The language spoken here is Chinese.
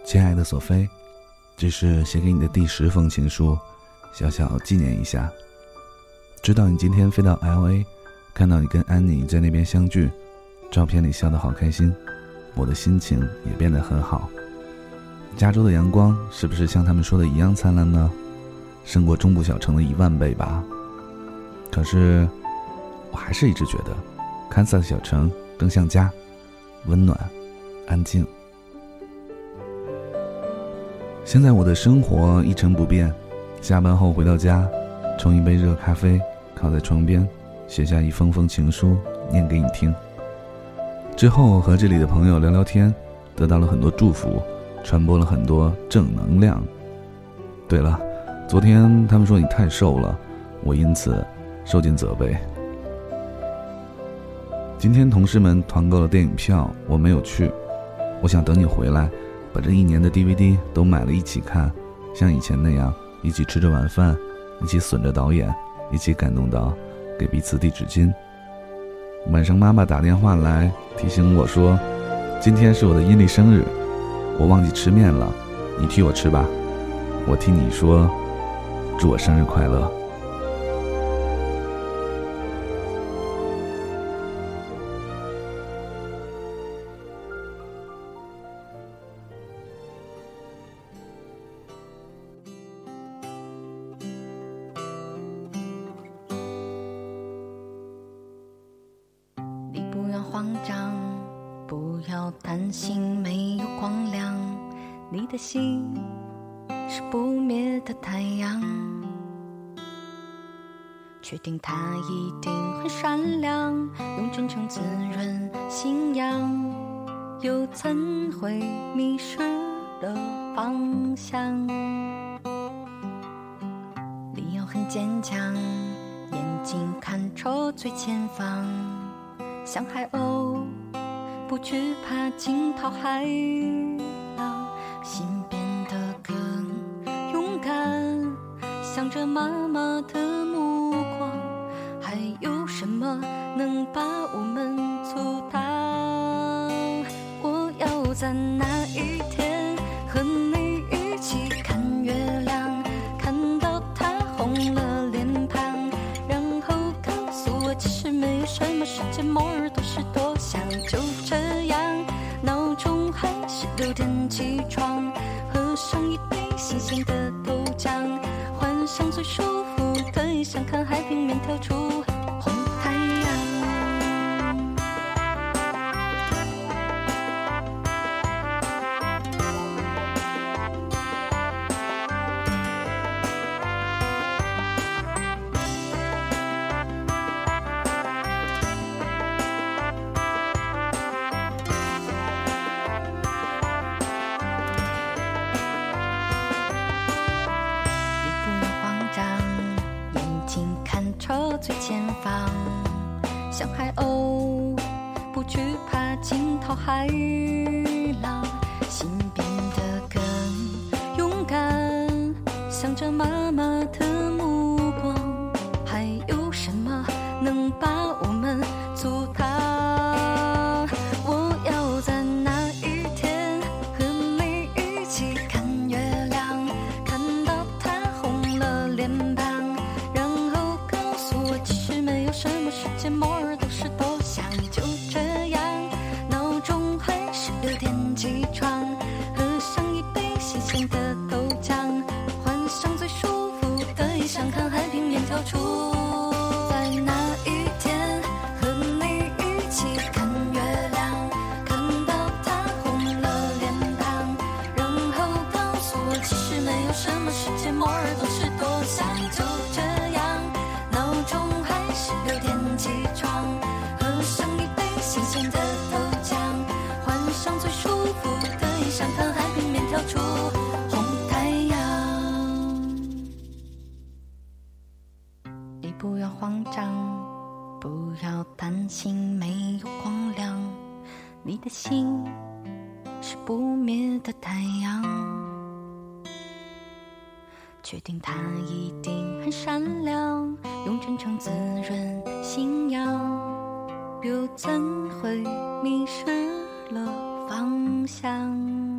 亲爱的索菲，这是写给你的第10封情书，小小纪念一下。知道你今天飞到 LA， 看到你跟安妮在那边相聚，照片里笑得好开心，我的心情也变得很好。加州的阳光是不是像他们说的一样灿烂呢？胜过中部小城的10000倍吧。可是我还是一直觉得堪萨斯小城更像家，温暖安静。现在我的生活一成不变，下班后回到家，冲一杯热咖啡，靠在床边，写下一封封情书念给你听。之后和这里的朋友聊聊天，得到了很多祝福，传播了很多正能量。对了，昨天他们说你太瘦了，我因此受尽责备。今天同事们团购了电影票，我没有去。我想等你回来，把这1年的 DVD 都买了一起看，像以前那样一起吃着晚饭，一起损着导演，一起感动到给彼此递纸巾。晚上妈妈打电话来提醒我说，今天是我的阴历生日，我忘记吃面了，你替我吃吧。我替你说，祝我生日快乐。 慌张，不要担心没有光亮，你的心是不灭的太阳，确定它一定很善良，用真诚滋润信仰，又怎会迷失了方向？理由很坚强，眼睛看着最前方，像海鸥，不惧怕惊涛骇浪，心变得更勇敢，向着妈妈的目光，还有什么能把我们阻挡？我要在那一天和你一起看月亮，看到它红了脸庞，然后告诉我其实没有什么世界末日都是多想。就这样，闹钟还是6点起床，喝上一杯新鲜的豆浆，幻想最舒服的异想，看海平面跳出红太阳。最前方，像海鸥，不惧怕惊涛骇浪，心变得更勇敢，向着妈妈的目光，还有什么能把我们阻挡？我要在那一天和你一起看月亮，看到它红了脸庞，什么世界末日都是多想。就这样，闹钟还是6点起床，喝上一杯新鲜的豆浆，幻想最舒服的异想，看海平面跳出。在那一天和你一起看月亮，看到它红了脸庞，然后告诉我其实没有什么世界末日都是多想。就这样，闹钟还是6点起床，喝上一杯新鲜的豆浆，幻想最舒服的异想，看海平面跳出红太阳。你不要慌张，不要担心没有光亮，你的心是不灭的太阳，确定它一定很善良，用真诚滋润信仰，又怎会迷失了方向？